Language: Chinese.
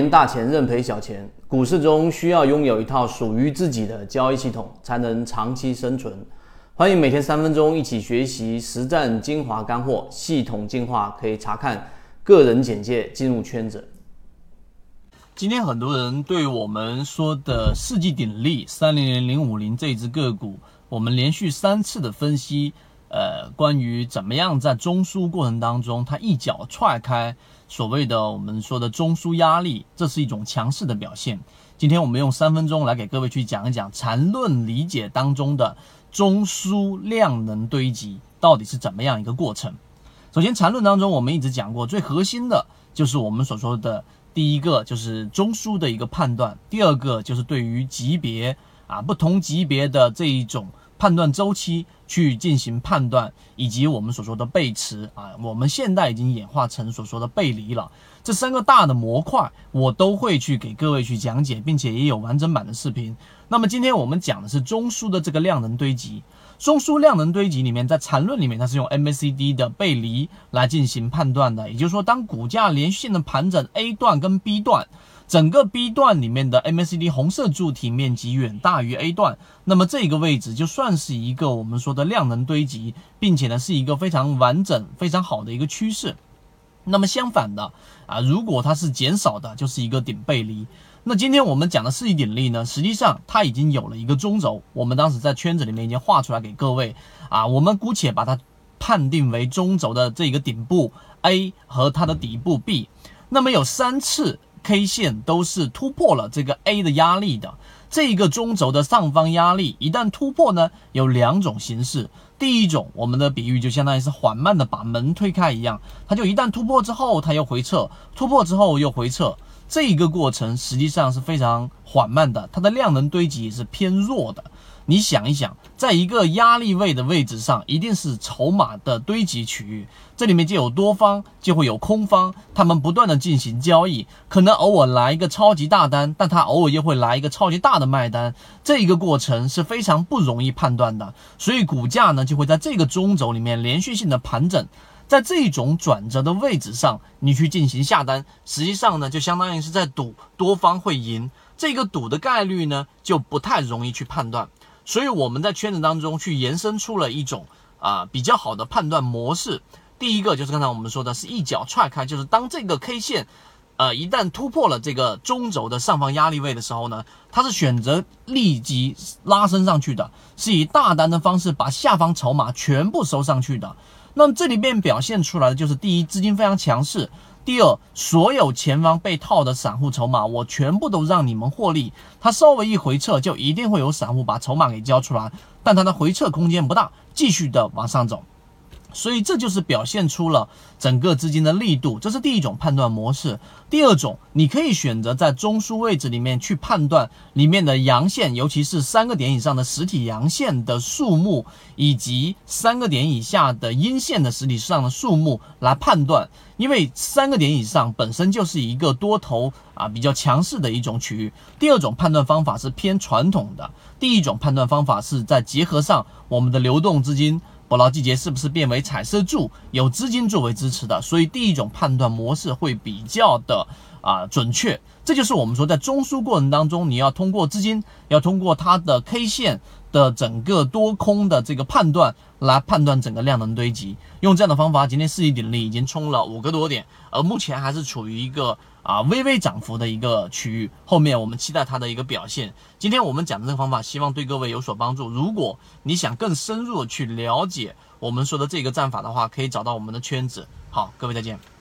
大钱认赔小钱，股市中需要拥有一套属于自己的交易系统，才能长期生存。欢迎每天3分钟一起学习实战精华干货，系统进化可以查看个人简介进入圈子。 今天很多人对我们说的世纪鼎立300050这只个股，我们连续3次的分析，关于怎么样在中枢过程当中，它一脚踹开所谓的我们说的中枢压力，这是一种强势的表现。今天我们用3分钟来给各位去讲一讲缠论理解当中的中枢量能堆积到底是怎么样一个过程。首先，缠论当中我们一直讲过，最核心的就是我们所说的第一个就是中枢的一个判断，第二个就是对于级别不同级别的这一种判断周期去进行判断，以及我们所说的背驰我们现在已经演化成所说的背离了。这3个大的模块我都会去给各位去讲解，并且也有完整版的视频。那么今天我们讲的是中枢的这个量能堆积。中枢量能堆积里面，在缠论里面它是用 MACD 的背离来进行判断的，也就是说当股价连续性的盘整 A 段跟 B 段，整个 B 段里面的 MACD 红色柱体面积远大于 A 段，那么这个位置就算是一个我们说的量能堆积，并且呢是一个非常完整非常好的一个趋势。那么相反的如果它是减少的，就是一个顶背离。那今天我们讲的世纪鼎立呢，实际上它已经有了一个中轴，我们当时在圈子里面已经画出来给各位我们姑且把它判定为中轴的这个顶部 A 和它的底部 B。那么有3次 K 线都是突破了这个 A 的压力的，这一个中轴的上方压力一旦突破呢，有2种形式。第一种，我们的比喻就相当于是缓慢的把门推开一样，它就一旦突破之后它又回撤，突破之后又回撤，这一个过程实际上是非常缓慢的，它的量能堆积也是偏弱的。你想一想，在一个压力位的位置上，一定是筹码的堆积区域，这里面就有多方，就会有空方，他们不断的进行交易，可能偶尔来一个超级大单，但他偶尔又会来一个超级大的卖单，这一个过程是非常不容易判断的，所以股价呢就会在这个中轴里面连续性的盘整。在这种转折的位置上，你去进行下单，实际上呢就相当于是在赌多方会赢，这个赌的概率呢就不太容易去判断。所以我们在圈子当中去延伸出了一种比较好的判断模式。第一个就是刚才我们说的是一脚踹开，就是当这个 K 线一旦突破了这个中轴的上方压力位的时候呢，它是选择立即拉升上去的，是以大单的方式把下方筹码全部收上去的。那么这里面表现出来的就是第一，资金非常强势；第二，所有前方被套的散户筹码我全部都让你们获利，它稍微一回撤就一定会有散户把筹码给交出来，但它的回撤空间不大，继续的往上走。所以这就是表现出了整个资金的力度，这是第一种判断模式。第二种，你可以选择在中枢位置里面去判断里面的阳线，尤其是3个点以上的实体阳线的数目，以及3个点以下的阴线的实体上的数目来判断。因为3个点以上本身就是一个多头比较强势的一种区域。第二种判断方法是偏传统的，第一种判断方法是在结合上我们的流动资金捕捞季节是不是变为彩色柱，有资金作为支持的，所以第一种判断模式会比较的准确。这就是我们说在中枢过程当中，你要通过资金，要通过它的 K 线的整个多空的这个判断来判断整个量能堆积。用这样的方法，今天世纪鼎立已经冲了5个多点，而目前还是处于一个微微涨幅的一个区域，后面我们期待它的一个表现。今天我们讲的这个方法希望对各位有所帮助，如果你想更深入的去了解我们说的这个战法的话，可以找到我们的圈子。好，各位再见。